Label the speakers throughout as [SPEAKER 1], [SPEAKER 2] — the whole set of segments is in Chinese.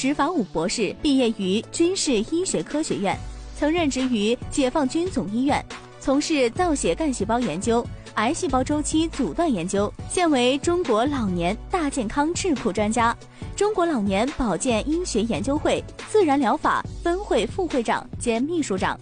[SPEAKER 1] 石法武博士毕业于军事医学科学院，曾任职于解放军总医院，从事造血干细胞研究、癌细胞周期阻断研究，现为中国老年大健康智库专家，中国老年保健医学研究会自然疗法分会副会长兼秘书长。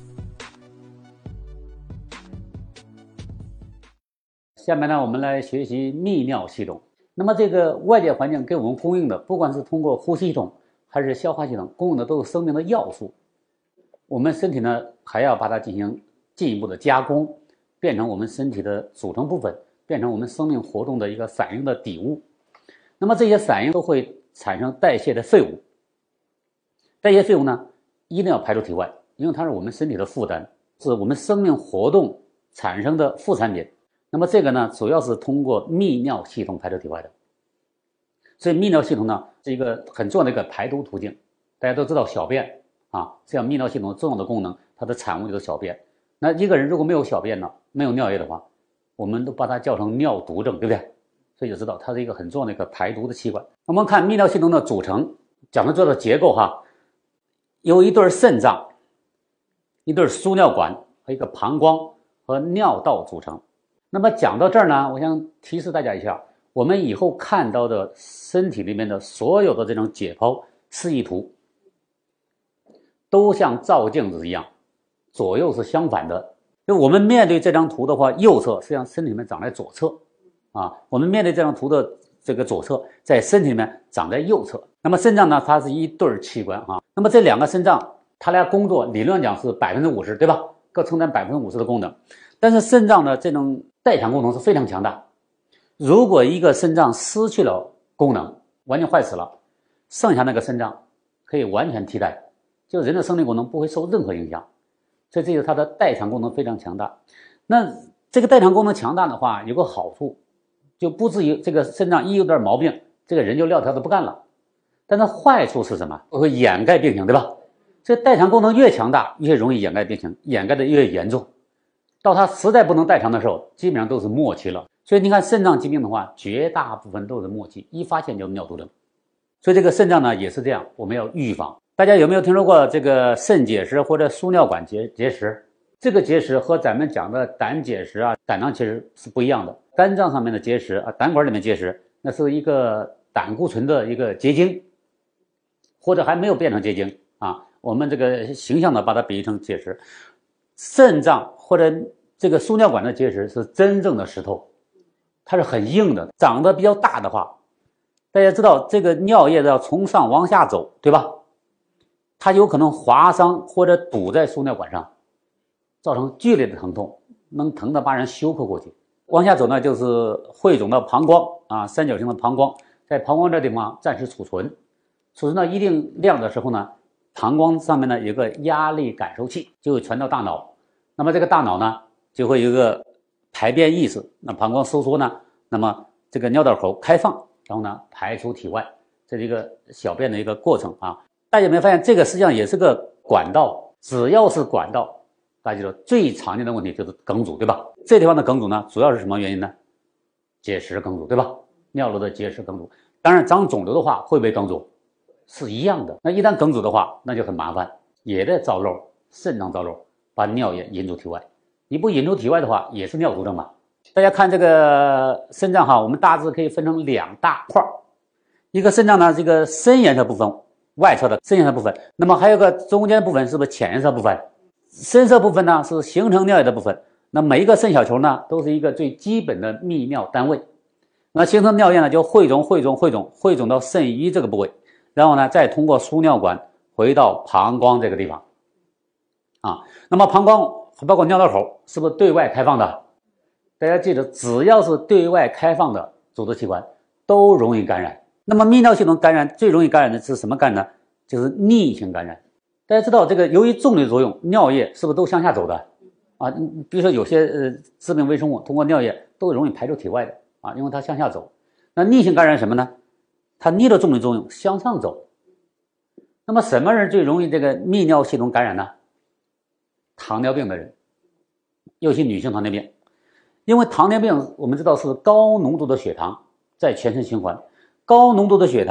[SPEAKER 2] 下面呢，我们来学习泌尿系统。那么这个外界环境给我们供应的，不管是通过呼吸系统还是消化系统，供应的都是生命的要素。我们身体呢，还要把它进行进一步的加工，变成我们身体的组成部分，变成我们生命活动的一个反应的底物。那么这些反应都会产生代谢的废物，代谢废物呢，一定要排出体外，因为它是我们身体的负担，是我们生命活动产生的副产品。那么这个呢，主要是通过泌尿系统排出体外的。所以泌尿系统呢，是一个很重要的一个排毒途径。大家都知道小便啊，这样泌尿系统重要的功能，它的产物就是小便。那一个人如果没有小便呢，没有尿液的话，我们都把它叫成尿毒症，对不对？所以就知道它是一个很重要的一个排毒的器官。我们看泌尿系统的组成，讲的主要的结构哈，由一对肾脏、一对输尿管和一个膀胱和尿道组成。那么讲到这儿呢，我想提示大家一下，我们以后看到的身体里面的所有的这种解剖示意图，都像照镜子一样，左右是相反的。就我们面对这张图的话，右侧实际上身体里面长在左侧啊，我们面对这张图的这个左侧，在身体里面长在右侧。那么肾脏呢，它是一对器官啊。那么这两个肾脏，它俩工作理论讲是50%，对吧？各承担50%的功能。但是肾脏的这种代偿功能是非常强大。如果一个肾脏失去了功能，完全坏死了，剩下那个肾脏可以完全替代，就人的生命功能不会受任何影响。所以这就是它的代偿功能非常强大。那这个代偿功能强大的话，有个好处，就不至于这个肾脏一有点毛病，这个人就撂挑子不干了。但是坏处是什么？会掩盖病情，对吧？这代偿功能越强大，越容易掩盖病情，掩盖的越严重。到它实在不能代偿的时候，基本上都是末期了。所以你看肾脏疾病的话，绝大部分都是末期，一发现就是尿毒症。所以这个肾脏呢也是这样，我们要预防。大家有没有听说过这个肾结石或者输尿管结石？这个结石和咱们讲的胆结石啊、胆囊结石是不一样的。肝脏上面的结石啊，胆管里面结石，那是一个胆固醇的一个结晶，或者还没有变成结晶啊。我们这个形象的把它比喻成结石。肾脏或者这个输尿管的结石是真正的石头，它是很硬的，长得比较大的话，大家知道这个尿液要从上往下走，对吧？它有可能划伤或者堵在输尿管上，造成剧烈的疼痛，能疼得把人休克过去。往下走呢，就是汇总到膀胱啊，三角形的膀胱，在膀胱这地方暂时储存到一定量的时候呢，膀胱上面呢有个压力感受器，就会传到大脑。那么这个大脑呢，就会有一个排便意识。那膀胱收缩呢，那么这个尿道口开放，然后呢排出体外，这是一个小便的一个过程啊。大家有没有发现，这个实际上也是个管道？只要是管道，大家知道最常见的问题就是梗阻，对吧？这地方的梗阻呢，主要是什么原因呢？结石梗阻，对吧？尿路的结石梗阻。当然长肿瘤的话会不会梗阻？是一样的。那一旦梗阻的话，那就很麻烦，也得造瘘，肾脏造瘘，把尿液引出体外。你不引出体外的话，也是尿毒症嘛。大家看这个肾脏哈，我们大致可以分成两大块，一个肾脏呢，这个深颜色部分，外侧的深颜色部分，那么还有个中间的部分是不是浅颜色部分？深色部分呢是形成尿液的部分。那每一个肾小球呢，都是一个最基本的泌尿单位。那形成尿液呢，就汇总到肾盂这个部位，然后呢，再通过输尿管回到膀胱这个地方啊。那么膀胱包括尿道口是不是对外开放的？大家记得，只要是对外开放的组织器官都容易感染。那么泌尿系统感染最容易感染的是什么感染呢？就是逆行感染。大家知道这个由于重力作用，尿液是不是都向下走的啊？比如说有些致病微生物通过尿液都容易排出体外的啊，因为它向下走。那逆行感染什么呢？它逆着重力作用向上走。那么什么人最容易这个泌尿系统感染呢？糖尿病的人，尤其女性糖尿病。因为糖尿病我们知道是高浓度的血糖在全身循环，高浓度的血糖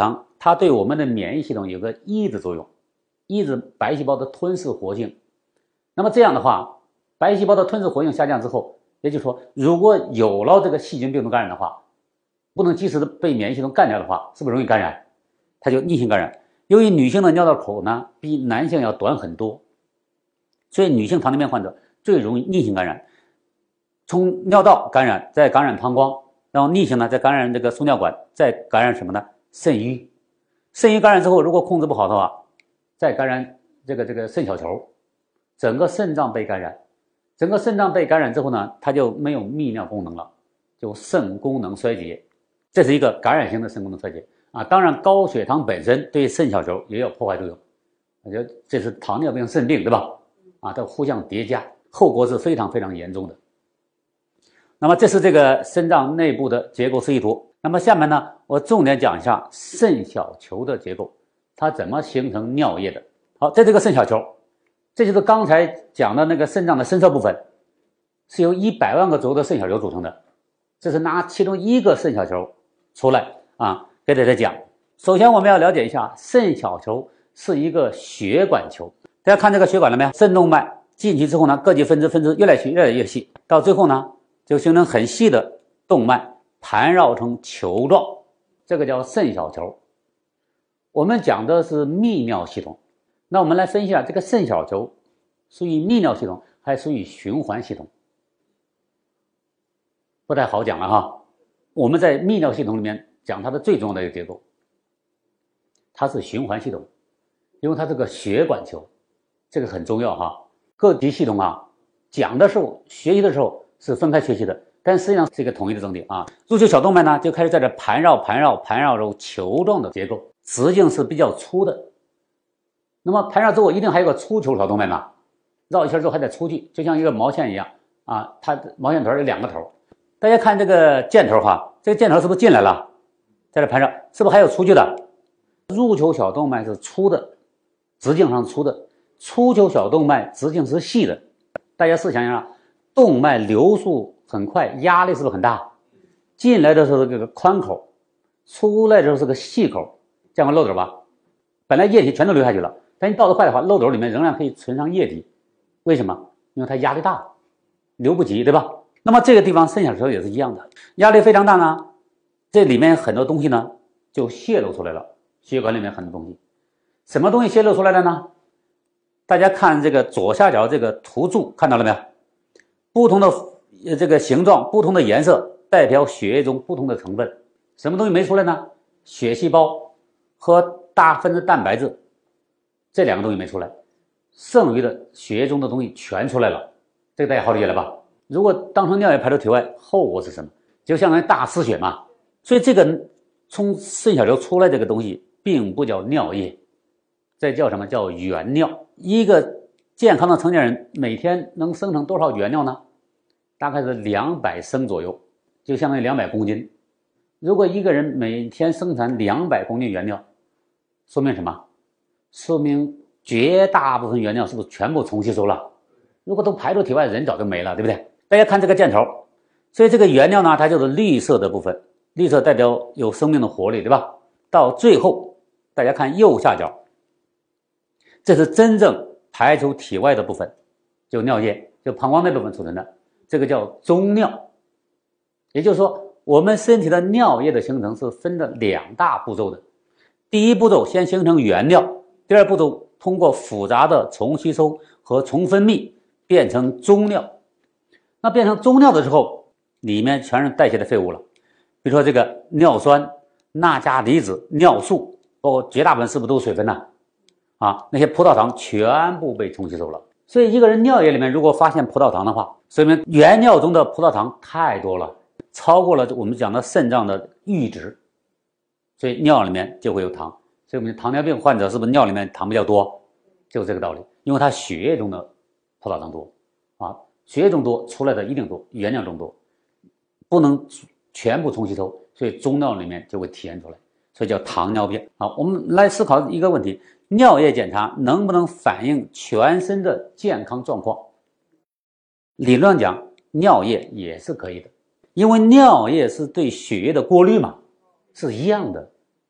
[SPEAKER 2] 它对我们的免疫系统有个抑制作用，抑制白细胞的吞噬活性。那么这样的话，白细胞的吞噬活性下降之后，也就是说，如果有了这个细菌病毒感染的话，不能及时的被免疫系统干掉的话，是不是容易感染？它就逆行感染。由于女性的尿道口呢比男性要短很多，所以女性糖尿病患者最容易逆行感染，从尿道感染，再感染膀胱，然后逆行呢再感染这个输尿管，再感染什么呢？肾盂。肾盂感染之后，如果控制不好的话，再感染这个肾小球，整个肾脏被感染。整个肾脏被感染之后呢，它就没有泌尿功能了，就肾功能衰竭。这是一个感染性的肾功能衰竭啊。当然，高血糖本身对肾小球也有破坏作用，我觉得这是糖尿病肾病，对吧？啊，它互相叠加，后果是非常非常严重的。那么这是这个肾脏内部的结构示意图。那么下面呢，我重点讲一下肾小球的结构，它怎么形成尿液的。好，这个肾小球，这就是刚才讲的那个肾脏的深侧部分，是由100万个左右的肾小球组成的。这是拿其中一个肾小球出来啊，给大家讲。首先我们要了解一下，肾小球是一个血管球。大家看这个血管了没有？肾动脉进去之后呢，各级分支越来越细，到最后呢，就形成很细的动脉，盘绕成球状，这个叫肾小球。我们讲的是泌尿系统，那我们来分析一下这个肾小球属于泌尿系统还属于循环系统？不太好讲了哈。我们在泌尿系统里面讲它的最重要的一个结构，它是循环系统，因为它是个血管球，这个很重要哈。各级系统啊，讲的时候学习的时候是分开学习的，但实际上是一个统一的整体啊。入球小动脉呢，就开始在这盘绕着球状的结构，直径是比较粗的。那么盘绕之后，一定还有个出球小动脉嘛，绕一圈之后还得出去，就像一个毛线一样啊。它毛线团有2个头。大家看这个箭头哈，这个箭头是不是进来了，在这盘上，是不是还有出去的？入球小动脉是粗的，直径上粗的，出球小动脉直径是细的。大家试想一下，动脉流速很快，压力是不是很大？进来的时候是这个宽口，出来的时候是个细口，这样个漏斗吧。本来液体全都流下去了，但你倒得快的话，漏斗里面仍然可以存上液体。为什么？因为它压力大，流不及，对吧？那么这个地方肾小球也是一样的，压力非常大呢，这里面很多东西呢就泄露出来了，血管里面很多东西。什么东西泄露出来了呢？大家看这个左下角这个图柱，看到了没有？不同的这个形状，不同的颜色，代表血液中不同的成分。什么东西没出来呢？血细胞和大分子蛋白质这2个东西没出来，剩余的血液中的东西全出来了。这个大家好理解了吧？如果当成尿液排出体外，后果是什么？就相当于大失血嘛。所以这个从肾小球出来这个东西并不叫尿液，这叫什么？叫原尿。一个健康的成年人每天能生成多少原尿呢？大概是200升左右，就相当于200公斤。如果一个人每天生产200公斤原尿，说明什么？说明绝大部分原尿是不是全部重吸收了？如果都排出体外，人早就没了，对不对？大家看这个箭头，所以这个原尿呢，它就是绿色的部分，绿色代表有生命的活力，对吧？到最后，大家看右下角，这是真正排出体外的部分，就尿液，就膀胱那部分储存的，这个叫中尿。也就是说，我们身体的尿液的形成是分了2大步骤的。第一步骤先形成原尿，第二步骤通过复杂的重吸收和重分泌变成中尿。那变成中尿的时候，里面全是代谢的废物了，比如说这个尿酸、钠钾离子、尿素，包括绝大部分是不是都是水分呢？啊，那些葡萄糖全部被重吸收了。所以一个人尿液里面如果发现葡萄糖的话，说明原尿中的葡萄糖太多了，超过了我们讲的肾脏的阈值，所以尿里面就会有糖。所以我们糖尿病患者是不是尿里面糖比较多？就是这个道理，因为他血液中的葡萄糖多啊，血液中多出来的一定多，原尿中多，不能全部重吸收，所以中尿里面就会体现出来，所以叫糖尿病。好，我们来思考一个问题：尿液检查能不能反映全身的健康状况？理论上讲，尿液也是可以的，因为尿液是对血液的过滤嘛，是一样的。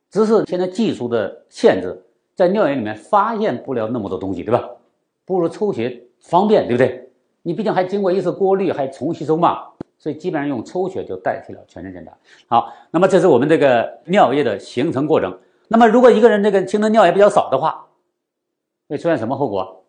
[SPEAKER 2] 只是现在技术的限制，在尿液里面发现不了那么多东西，对吧？不如抽血方便，对不对？你毕竟还经过一次过滤，还重吸收嘛，所以基本上用抽血就代替了全身检查。好，那么这是我们这个尿液的形成过程。那么如果一个人这个形成尿液比较少的话，会出现什么后果？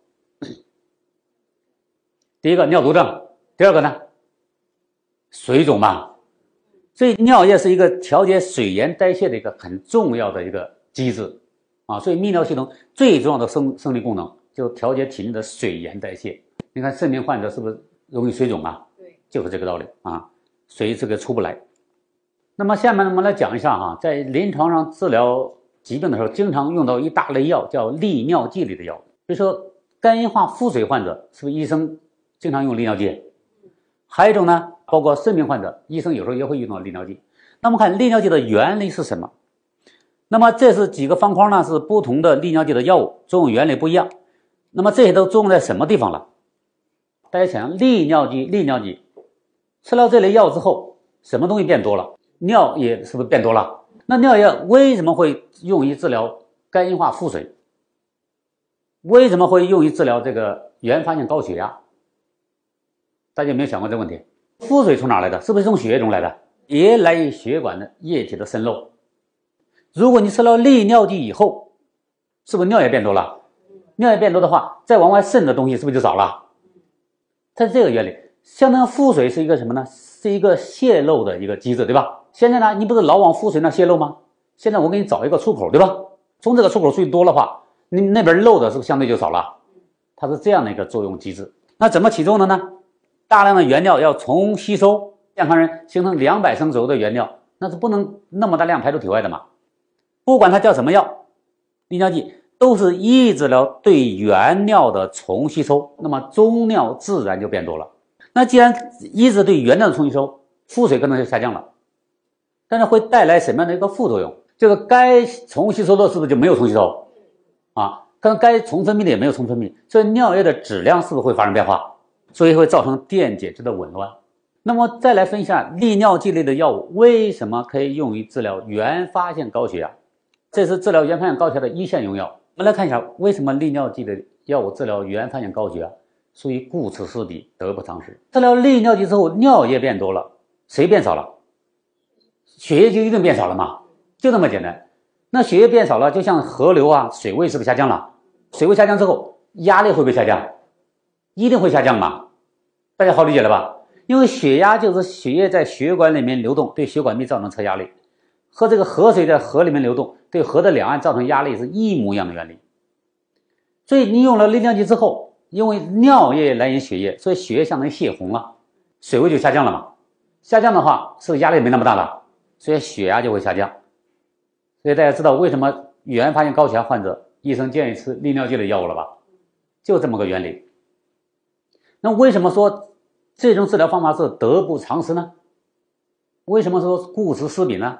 [SPEAKER 2] 第一个尿毒症，第二个呢，水肿嘛。所以尿液是一个调节水盐代谢的一个很重要的一个机制啊。所以泌尿系统最重要的生理功能就是调节体内的水盐代谢。你看肾病患者是不是容易水肿啊？对，就是这个道理啊，水这个出不来。那么下面我们来讲一下哈，在临床上治疗疾病的时候，经常用到一大类药，叫利尿剂类的药。比如说肝硬化腹水患者，是不是医生经常用利尿剂？还有一种呢，包括肾病患者，医生有时候也会用到利尿剂。那么看利尿剂的原理是什么？那么这是几个方框呢，是不同的利尿剂的药物，作用原理不一样。那么这些都作用在什么地方了？大家想，利尿剂吃了这类药之后，什么东西变多了？尿液是不是变多了？那尿液为什么会用于治疗肝硬化腹水？为什么会用于治疗这个原发性高血压？大家有没有想过这个问题？腹水从哪来的？是不是从血液中来的？也来于血管的液体的渗漏。如果你吃了利尿剂以后，是不是尿液变多了？尿液变多的话，再往外渗的东西是不是就少了？它是这个原理。相当于腹水是一个什么呢？是一个泄漏的一个机制，对吧？现在呢，你不是老往腹水那泄漏吗？现在我给你找一个出口，对吧？从这个出口水多的话，你那边漏的是不是相对就少了？它是这样的一个作用机制。那怎么起作用的呢？大量的原料要重吸收，健康人形成200升左右的原料，那是不能那么大量排出体外的嘛。不管它叫什么药，利尿剂都是抑制了对原料的重吸收，那么中尿自然就变多了。那既然抑制对原料的重吸收，腹水可能就下降了，但是会带来什么样的一个副作用？就是该重吸收的是不是就没有重吸收啊？可能该重分泌的也没有重分泌，所以尿液的质量是不是会发生变化？所以会造成电解质的紊乱。那么再来分析一下利尿剂类的药物为什么可以用于治疗原发性高血压？这是治疗原发性高血压的一线用药。我们来看一下为什么利尿剂的药物治疗原发性高血压属于顾此失彼，得不偿失。治疗利尿剂之后，尿液变多了，谁变少了？血液就一定变少了嘛，就这么简单。那血液变少了，就像河流啊，水位是不是下降了？水位下降之后，压力会不会下降？一定会下降嘛，大家好理解了吧？因为血压就是血液在血管里面流动，对血管壁造成侧压力，和这个河水在河里面流动，对河的两岸造成压力是一模一样的原理。所以你用了利尿剂之后，因为尿液来源血液，所以血液相当于泄洪了，水位就下降了嘛。下降的话，是不是压力没那么大了？所以血压就会下降。所以大家知道为什么原发性高血压患者医生建议吃利尿剂的药物了吧？就这么个原理。那为什么说这种治疗方法是得不偿失呢？为什么说顾此失彼呢？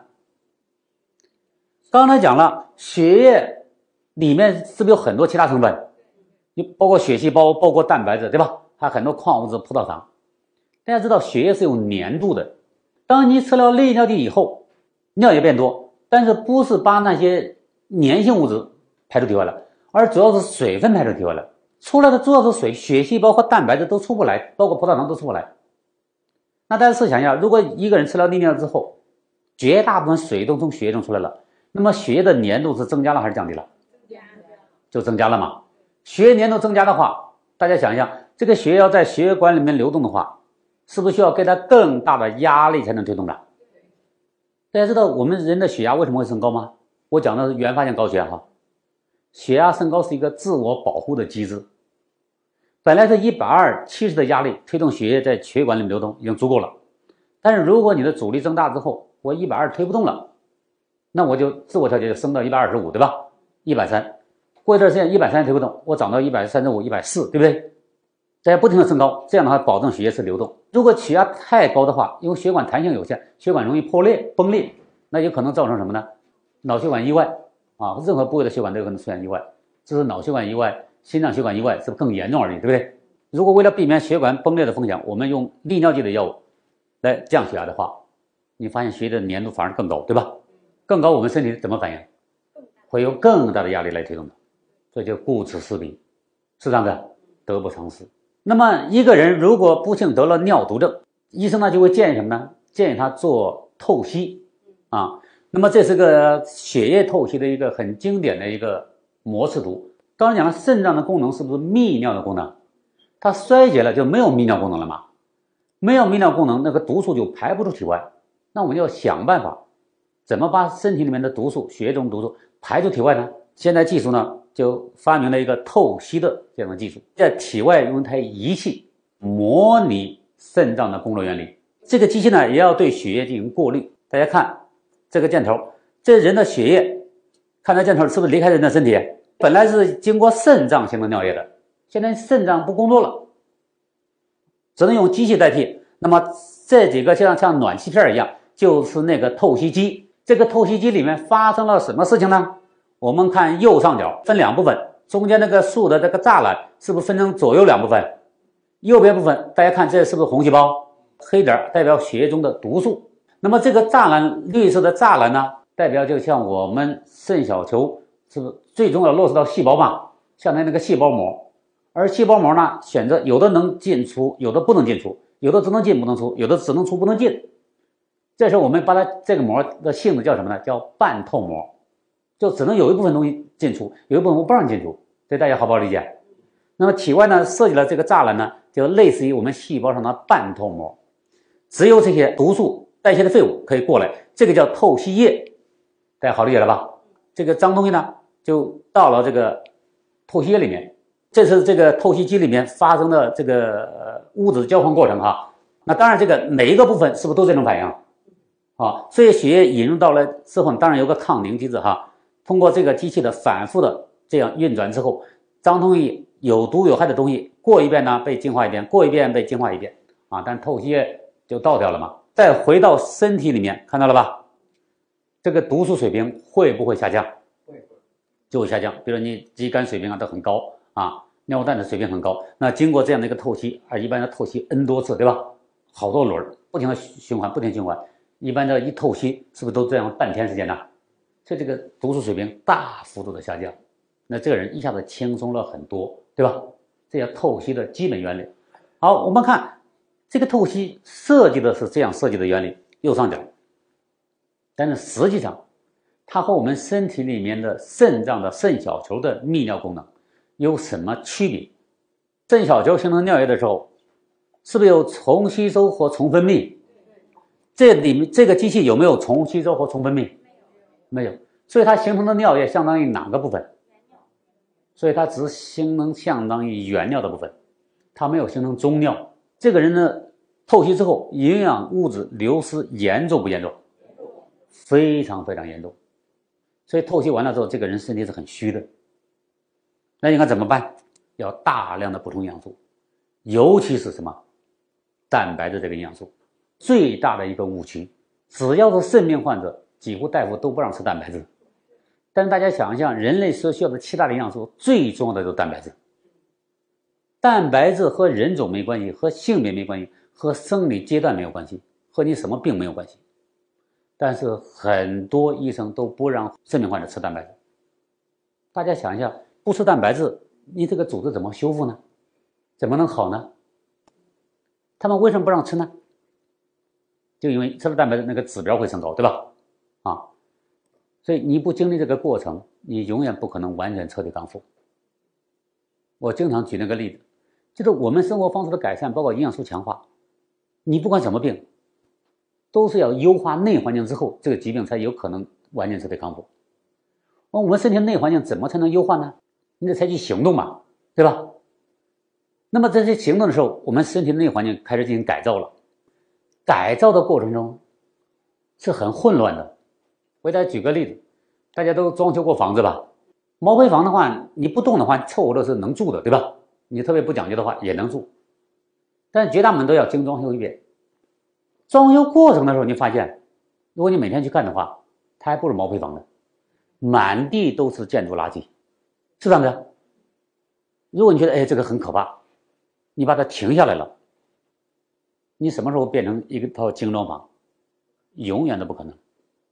[SPEAKER 2] 刚才讲了，血液里面是不是有很多其他成分？包括血细胞，包括蛋白质，对吧？还有很多矿物质、葡萄糖。大家知道血液是有粘度的，当你吃了利尿剂以后，尿液变多，但是不是把那些粘性物质排出体外了，而主要是水分排出体外了。出来的主要是水，血细胞和蛋白质都出不来，包括葡萄糖都出不来。那大家试想一下，如果一个人吃了利尿之后，绝大部分水都从血液中出来了，那么血液的粘度是增加了还是降低了？就增加了嘛。血液粘度增加的话，大家想一下，这个血液要在血管里面流动的话，是不是需要给它更大的压力才能推动的？大家知道我们人的血压为什么会升高吗？我讲的是原发性高血压哈。血压升高是一个自我保护的机制，本来是120/70的压力推动血液在血管里流动已经足够了，但是如果你的阻力增大之后，我120推不动了，那我就自我调节就升到125，对吧？130，过一段时间130推不动，我涨到135、140，对不对？大家不停的升高，这样的话保证血液是流动。如果血压太高的话，因为血管弹性有限，血管容易破裂崩裂，那有可能造成什么呢？脑血管意外啊，任何部位的血管都有可能出现意外，这是脑血管意外、心脏血管意外是不是更严重而已，对不对？如果为了避免血管崩裂的风险，我们用利尿剂的药物来降血压的话，你发现血液的粘度反而更高，对吧？ 更高我们身体怎么反应？会有更大的压力来推动的，这就顾此失彼，是这样的，得不偿失。那么一个人如果不幸得了尿毒症，医生呢就会建议什么呢？建议他做透析啊。那么这是个血液透析的一个很经典的一个模式图。刚才讲了肾脏的功能是不是泌尿的功能？它衰竭了就没有泌尿功能了嘛？没有泌尿功能，那个毒素就排不出体外。那我们要想办法，怎么把身体里面的毒素、血液中毒素排出体外呢？现在技术呢就发明了一个透析的这样的技术，在体外用一台仪器模拟肾脏的工作原理。这个机器呢也要对血液进行过滤。大家看这个箭头，这人的血液，看这箭头是不是离开人的身体？本来是经过肾脏形成尿液的，现在肾脏不工作了，只能用机器代替。那么这几个像暖气片一样，就是那个透析机。这个透析机里面发生了什么事情呢？我们看右上角分两部分，中间那个竖的这个栅栏是不是分成左右两部分？右边部分大家看这是不是红细胞？黑点代表血液中的毒素。那么这个栅栏，绿色的栅栏呢，代表就像我们肾小球是不是最终要落实到细胞嘛？相当于那个细胞膜。而细胞膜呢，选择有的能进出，有的不能进出，有的只能进不能出，有的只能出不能进。这时候我们把它这个膜的性质叫什么呢？叫半透膜，就只能有一部分东西进出，有一部分不让进出。这大家好不好理解？那么体外呢设计了这个栅栏呢，就类似于我们细胞上的半透膜，只有这些毒素代谢的废物可以过来，这个叫透析液，大家好理解了吧？这个脏东西呢就到了这个透析液里面，这是这个透析机里面发生的这个物质交换过程哈。那当然这个每一个部分是不是都这种反应啊？所以血液引入到了之后，当然有个抗凝机制哈，通过这个机器的反复的这样运转之后，脏东西有毒有害的东西过一遍呢被净化一遍，过一遍被净化一遍啊，但透析液就倒掉了嘛。再回到身体里面，看到了吧？这个毒素水平会不会下降？就会下降。比如你肌酐水平啊都很高啊，尿氮的水平很高，那经过这样的一个透析啊，一般的透析 N 多次，对吧？好多轮不停的循环，不停循环，一般的一透析是不是都这样半天时间呢？所以这个毒素水平大幅度的下降，那这个人一下子轻松了很多，对吧？这叫透析的基本原理。好，我们看这个透析设计的是这样设计的原理，右上角，但是实际上它和我们身体里面的肾脏的肾小球的泌尿功能有什么区别？肾小球形成尿液的时候，是不是有重吸收和重分泌？这里面这个机器有没有重吸收和重分泌？没有，所以它形成的尿液相当于哪个部分？所以它只形成相当于原尿的部分，它没有形成中尿。这个人呢，透析之后营养物质流失严重不严重？非常非常严重。所以透析完了之后，这个人身体是很虚的。那应该怎么办？要大量的补充营养素，尤其是什么？蛋白质这个营养素。最大的一个误区，只要是肾病患者，几乎大夫都不让吃蛋白质。但是大家想一下，人类所需要的7大营养素，最重要的就是蛋白质。蛋白质和人种没关系，和性别没关系，和生理阶段没有关系，和你什么病没有关系。但是很多医生都不让肾病患者吃蛋白质。大家想一下，不吃蛋白质，你这个组织怎么修复呢？怎么能好呢？他们为什么不让吃呢？就因为吃了蛋白质，那个指标会升高，对吧？啊，所以你不经历这个过程，你永远不可能完全彻底康复。我经常举那个例子，就是我们生活方式的改善，包括营养素强化，你不管什么病，都是要优化内环境之后，这个疾病才有可能完全彻底康复。我们身体内环境怎么才能优化呢？你得采取行动嘛，对吧？那么在这行动的时候，我们身体的内环境开始进行改造了。改造的过程中是很混乱的。我给大家举个例子，大家都装修过房子吧？毛坯房的话，你不动的话，凑合着是能住的，对吧？你特别不讲究的话也能住，但绝大部分都要精装修一遍。装修过程的时候，你发现，如果你每天去看的话，它还不如毛坯房呢，满地都是建筑垃圾，是这样的。如果你觉得这个很可怕，你把它停下来了，你什么时候变成一套精装房？永远都不可能。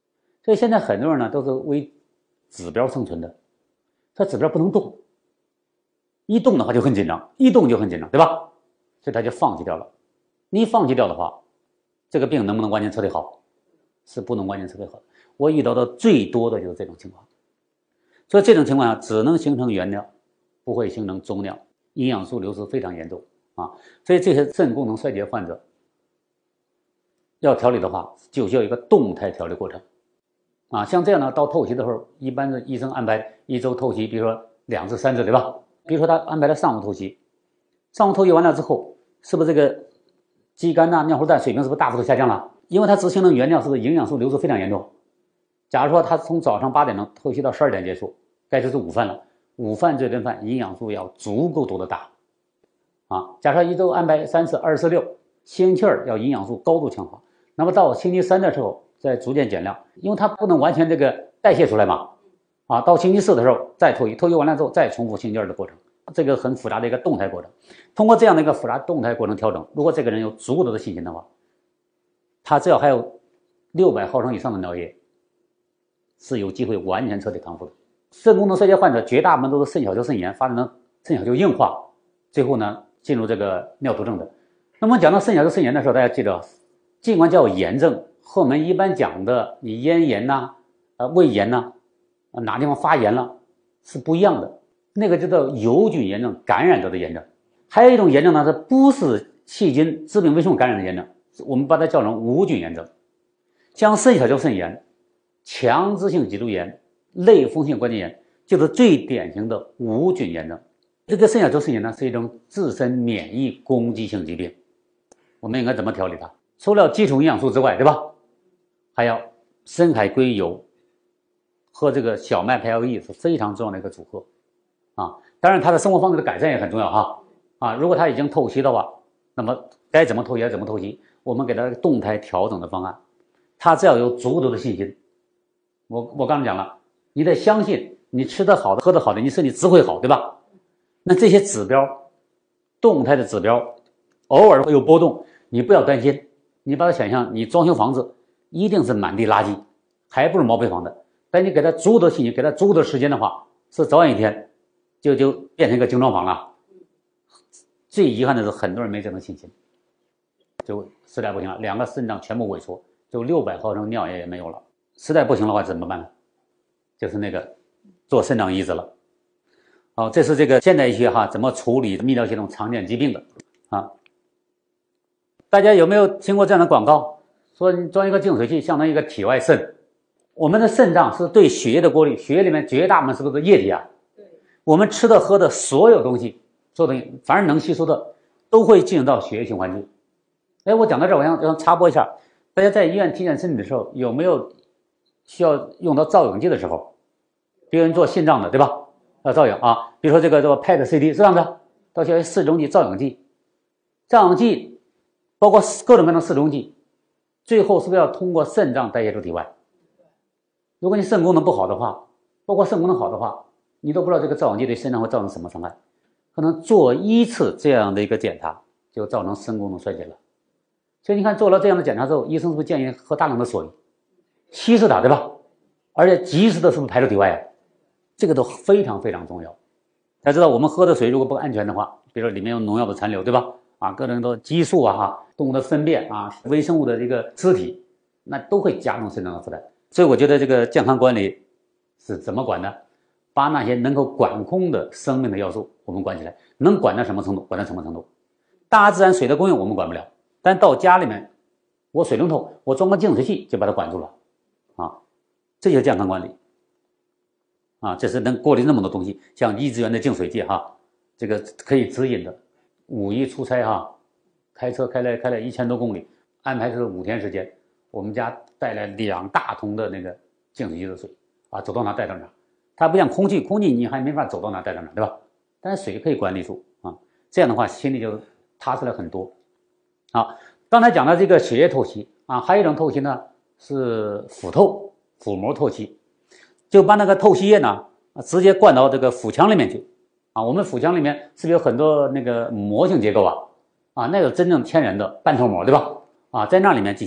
[SPEAKER 2] 所以现在很多人呢都是为指标生存的，他指标不能动，一动的话就很紧张，一动就很紧张，对吧？所以他就放弃掉了。你一放弃掉的话，这个病能不能完全彻底好？是不能完全彻底好的。我遇到的最多的就是这种情况。所以这种情况下只能形成原尿，不会形成中尿，营养素流失非常严重啊。所以这些肾功能衰竭患者要调理的话，就需要一个动态调理过程啊。像这样呢，到透析的时候，一般的医生安排一周透析，比如说2次3次，对吧？比如说他安排了上午透析，上午透析完了之后，是不是这个肌酐呐、尿糊氮水平是不是大幅度下降了？因为它只形成原尿，是不是营养素流失非常严重？假如说他从早上8点钟透析到12点结束，该吃午饭了，午饭这顿饭营养素要足够多的打啊。假设一周安排3次24、6，星期二要营养素高度强化，那么到星期3的时候再逐渐减量，因为它不能完全这个代谢出来嘛啊。到星期4的时候再透析，透析完了之后再重复星期2的过程，这个很复杂的一个动态过程。通过这样的一个复杂动态过程调整，如果这个人有足够多的信心的话，他只要还有600毫升以上的尿液，是有机会完全彻底康复的。肾功能衰竭患者绝大部分都是肾小球肾炎发展成肾小球硬化，最后呢进入这个尿毒症的。那么讲到肾小球肾炎的时候，大家记得，尽管叫炎症，和我们一般讲的你咽炎呐、胃炎呐、哪地方发炎了是不一样的。那个就叫疣菌炎症感染者的炎症。还有一种炎症呢，是不是细菌致病微生物感染的炎症，我们把它叫成无菌炎症。像肾小球肾炎、强直性脊柱炎、类风湿性关节炎就是最典型的无菌炎症。这个肾小球肾炎呢是一种自身免疫攻击性疾病，我们应该怎么调理它？除了基础营养素之外，对吧？还要深海硅油和这个小麦胚芽液是非常重要的一个组合啊。当然他的生活方式的改善也很重要啊。如果他已经透析的话，那么该怎么透析怎么透析，我们给他动态调整的方案。他只要有足够的信心，我刚才讲了，你得相信你吃得好的喝得好的，你身体只会好，对吧？那这些指标，动态的指标偶尔会有波动，你不要担心，你把它想象你装修房子一定是满地垃圾，还不如毛坯房的。但你给他足够的信心，给他足够的时间的话，是早晚一天就变成一个精装房了。最遗憾的是很多人没这种信心，就实在不行了，2个肾脏全部萎缩，就600毫升尿液也没有了。实在不行的话怎么办呢？就是那个做肾脏移植了。好，这是这个现代医学怎么处理泌尿系统常见疾病的啊？大家有没有听过这样的广告？说你装一个净水器相当于一个体外肾。我们的肾脏是对血液的过滤，血液里面绝大部分是不是液体啊？对。我们吃的喝的所有东西，所有东西凡是能吸收的都会进入到血液循环去。我讲到这儿，我想插播一下，大家在医院体检身体的时候有没有需要用到造影剂的时候？比如做心脏的，对吧？要造影啊，比如说这个PET CT 是这样的，到些四种剂造影剂，造影剂包括各种各样的四种剂，最后是不是要通过肾脏代谢出体外？如果你肾功能不好的话，包括肾功能好的话，你都不知道这个造影剂对肾脏会造成什么伤害，可能做1次这样的一个检查就造成肾功能衰竭了。所以你看做了这样的检查之后，医生是不是建议喝大量的水，稀释它，对吧？而且及时的是不是排出体外啊？这个都非常非常重要。大家知道我们喝的水如果不安全的话，比如说里面有农药的残留，对吧？各种的激素动物的粪便微生物的这个肢体，那都会加重肾脏的负担。所以我觉得这个健康管理是怎么管呢？把那些能够管控的生命的要素我们管起来，能管到什么程度管到什么程度。大自然水的供应我们管不了，但到家里面我水龙头我装个净水器就把它管住了这就是健康管理这是能过滤那么多东西，像1资源的净水器这个可以指引的。5一出差开车开了1000多公里，安排是5天时间，我们家带来2大桶的那个净水器的水走到哪带到哪。它不像空气你还没法走到哪带到哪，对吧？但是水可以管理住这样的话心里就踏实了很多。刚才讲到这个血液透析还有一种透析呢是腹膜透析，就把那个透析液呢直接灌到这个腹腔里面去我们腹腔里面是不是有很多那个膜性结构那个真正天然的半透膜，对吧在那里面进行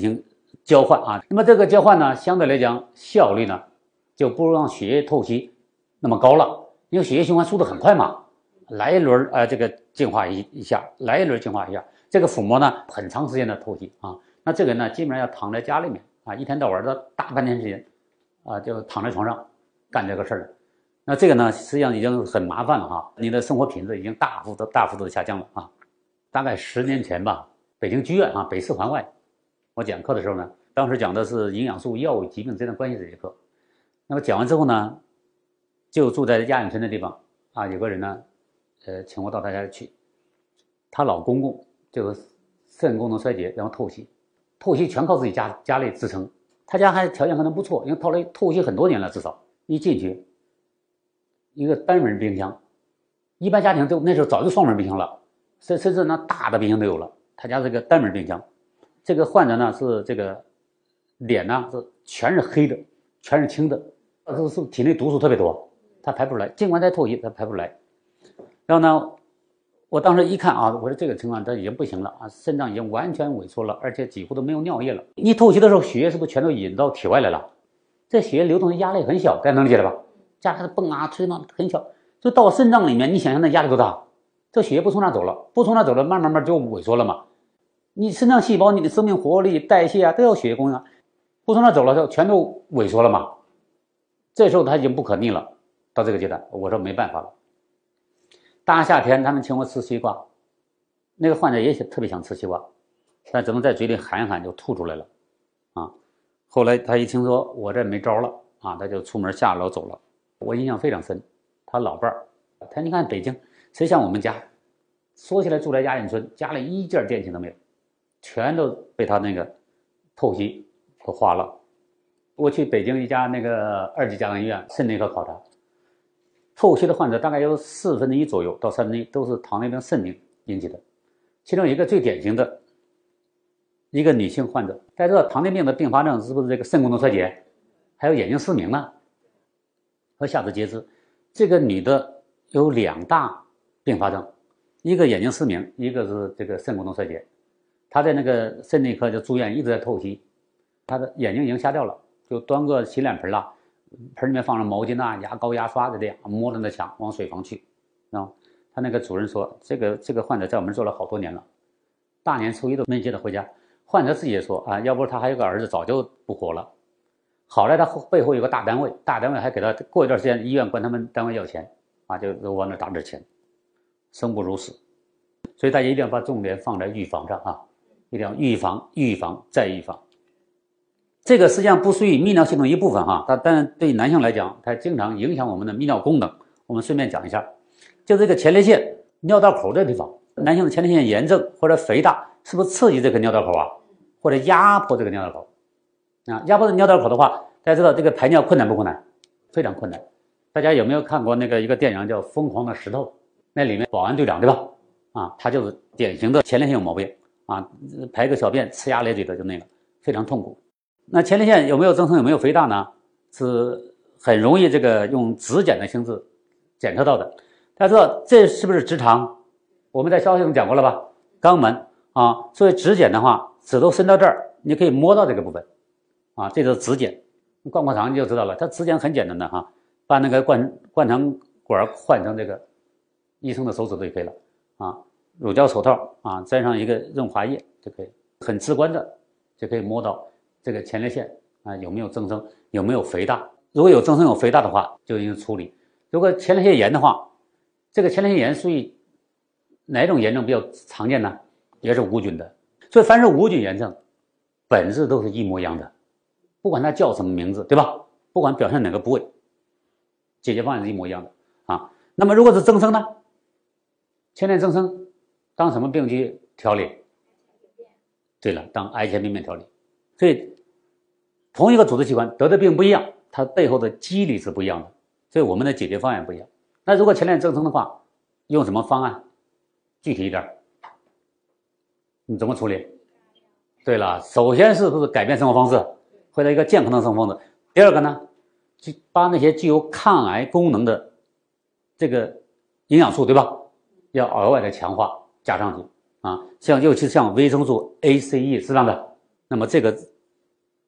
[SPEAKER 2] 交换啊。那么这个交换呢，相对来讲效率呢就不如让血液透析那么高了，因为血液循环速度很快嘛，来一轮这个净化一下，来一轮净化一下，这个腹膜呢很长时间的透析啊。那这个呢基本上要躺在家里面啊，一天到晚的大半天时间啊，就躺在床上干这个事儿。那这个呢实际上已经很麻烦了哈，你的生活品质已经大幅度的下降了啊。大概10年前吧，北京剧院啊北4环外，我讲课的时候呢，当时讲的是营养素、药物、疾病之间的关系这节课。那么讲完之后呢，就住在亚运村的地方啊，有个人呢，请我到他家去，他老公公就是肾功能衰竭，然后透析全靠自己家里支撑。他家还条件可能不错，因为透析很多年了，至少一进去，一个单门冰箱，一般家庭都那时候早就双门冰箱了，甚至那大的冰箱都有了。他家这个单门冰箱，这个患者呢是这个脸呢是全是黑的，全是青的，是体内毒素特别多，他排不出来，尽管在透析他排不出来。然后呢，我当时一看啊，我说这个情况他已经不行了啊，肾脏已经完全萎缩了，而且几乎都没有尿液了。你透析的时候，血液是不是全都引到体外来了？这血液流动的压力很小，大家能理解了吧？加上蹦啊吹嘛很小，就到肾脏里面，你想象那压力多大？这血液不从那走了，慢慢就萎缩了嘛。你肾脏细胞，你的生命活力、代谢啊，都要血液供应啊，不从那走了就全都萎缩了嘛。这时候他已经不可逆了，到这个阶段，我说没办法了。大夏天他们请我吃西瓜，那个患者也特别想吃西瓜，但只能在嘴里含一含就吐出来了啊。后来他一听说我这没招了啊，他就出门下楼走了。我印象非常深，他老伴儿，他你看北京谁像我们家，说起来住在亚运村，家里一件电器都没有，全都被他那个透析都花了。我去北京一家那个2级甲状医院肾内科考察，透析的患者大概有1/4左右到1/3都是糖尿病肾病引起的，其中一个最典型的一个女性患者，大家知道糖尿病的并发症是不是这个肾功能衰竭，还有眼睛失明呢和下肢截肢。这个女的有2大并发症，一个眼睛失明，一个是这个肾功能衰竭。她在那个肾内科就住院一直在透析，她的眼睛已经瞎掉了，就端个洗脸盆啦，盆里面放上毛巾啊、牙膏、牙刷的这样摸着那墙往水房去。然后他那个主任说，这个患者在我们做了好多年了，大年初一都没接他回家。患者自己也说啊，要不是他还有个儿子早就不活了。好在他背后有个大单位，大单位还给他过一段时间医院管他们单位要钱啊，就往那打点钱，生不如死。所以大家一定要把重点放在预防上啊，一定要预防再预防。这个实际上不属于泌尿系统一部分哈，但是对男性来讲，它经常影响我们的泌尿功能。我们顺便讲一下，就这个前列腺尿道口这地方，男性的前列腺炎症或者肥大，是不是刺激这个尿道口啊，或者压迫这个尿道口啊？压迫这个尿道口的话，大家知道这个排尿困难不困难？非常困难。大家有没有看过那个一个电影叫《疯狂的石头》？那里面保安队长对吧？啊，他就是典型的前列腺有毛病啊，排个小便呲牙咧嘴的就那个，非常痛苦。那前列腺有没有增生，有没有肥大呢？是很容易这个用指检的形式检测到的。大家知道这是不是直肠？我们在消化系统讲过了吧？肛门啊，所以指检的话，指头伸到这儿，你可以摸到这个部分啊，这就是指检。灌肠你就知道了，它指检很简单的哈，把那个灌肠管换成这个医生的手指头就可以了啊，乳胶手套啊，沾上一个润滑液就可以，很直观的就可以摸到这个前列腺啊有没有增生，有没有肥大。如果有增生有肥大的话，就应处理。如果前列腺炎的话，这个前列腺炎属于哪种炎症比较常见呢？也是无菌的。所以凡是无菌炎症，本质都是一模一样的，不管它叫什么名字，对吧？不管表现哪个部位，解决方案是一模一样的啊。那么如果是增生呢？前列腺增生当什么病去调理？对了，当癌前病变调理。所以同一个组织器官得的病不一样，它背后的机理是不一样的，所以我们的解决方案不一样。那如果前列腺增生的话，用什么方案？具体一点，你怎么处理？对了，首先是不是改变生活方式，回到一个健康的生活方式？第二个呢，就把那些具有抗癌功能的这个营养素，对吧？要额外的强化加上去啊，尤其像维生素 A、C、E 适当的，那么这个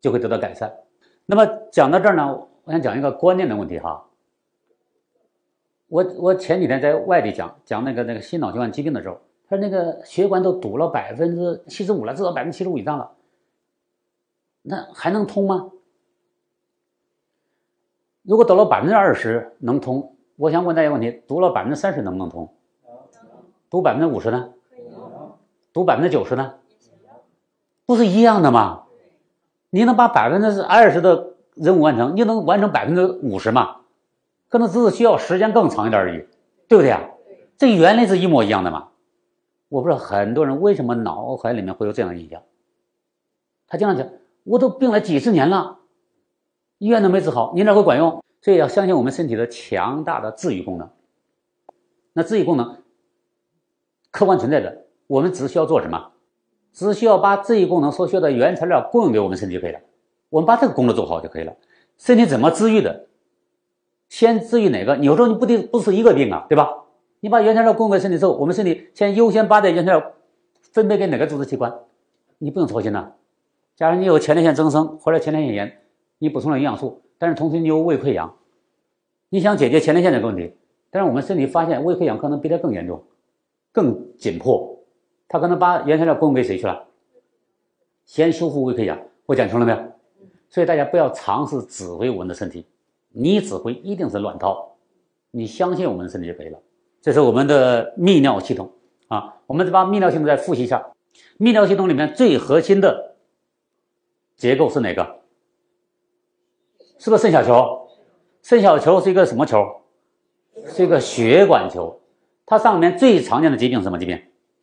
[SPEAKER 2] 就会得到改善。那么讲到这儿呢，我想讲一个关键的问题哈。我前几天在外地讲那个心脑血管疾病的时候，他那个血管都堵了75%了，至少75%以上了，那还能通吗？如果堵了20%能通，我想问大家问题：堵了30%能不能通？堵50%呢？堵90%呢？不是一样的吗？你能把20%的任务完成，你能完成50%吗？可能只是需要时间更长一点而已，对不对啊？这原理是一模一样的嘛。我不知道很多人为什么脑海里面会有这样的印象，他经常讲我都病了几十年了，医院都没治好，你哪会管用？所以要相信我们身体的强大的治愈功能。那治愈功能客观存在的，我们只需要做什么？只需要把治愈功能所需要的原材料供应给我们身体就可以了，我们把这个工作做好就可以了。身体怎么治愈的？先治愈哪个？有时候你不是一个病啊，对吧？你把原材料供给身体之后，我们身体先优先把这原材料分配给哪个组织器官，你不用操心了。假如你有前列腺增生或者前列腺炎，你补充了营养素，但是同时你有胃溃疡，你想解决前列腺这个问题，但是我们身体发现胃溃疡可能比它更严重、更紧迫，它可能把原材料供给谁去了？先修复胃溃疡，我讲清楚了没有？所以大家不要尝试指挥我们的身体，你指挥一定是乱套，你相信我们的身体就可以了。这是我们的泌尿系统啊，我们把泌尿系统再复习一下。泌尿系统里面最核心的结构是哪个？是不是肾小球？肾小球是一个什么球？是一个血管球。它上面最常见的疾病是什么疾病？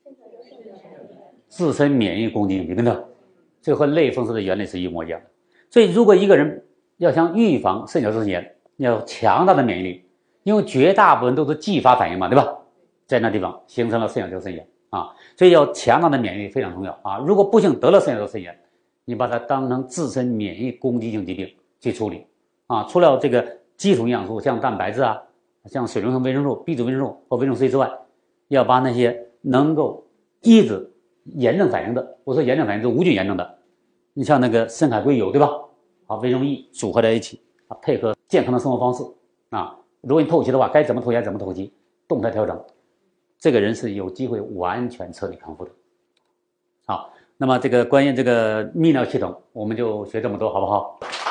[SPEAKER 2] 自身免疫攻击性疾病的，这和类风湿的原理是一模一样的。所以如果一个人要想预防肾小球肾炎，要有强大的免疫力，因为绝大部分都是继发反应嘛，对吧？在那地方形成了肾小球肾炎啊，所以要强大的免疫力非常重要啊。如果不幸得了肾小球肾炎，你把它当成自身免疫攻击性疾病去处理啊。除了这个基础营养素，像蛋白质啊，像水溶性维生素、B 族维生素或维生素 C 之外，要把那些能够抑制炎症反应的，我说炎症反应是无菌炎症的，你像那个深海硅油，对吧？啊，维生素 E 组合在一起啊，配合健康的生活方式啊，如果你透析的话，该怎么透析怎么透析，动态调整，这个人是有机会完全彻底康复的。好，那么这个关于这个泌尿系统，我们就学这么多，好不好？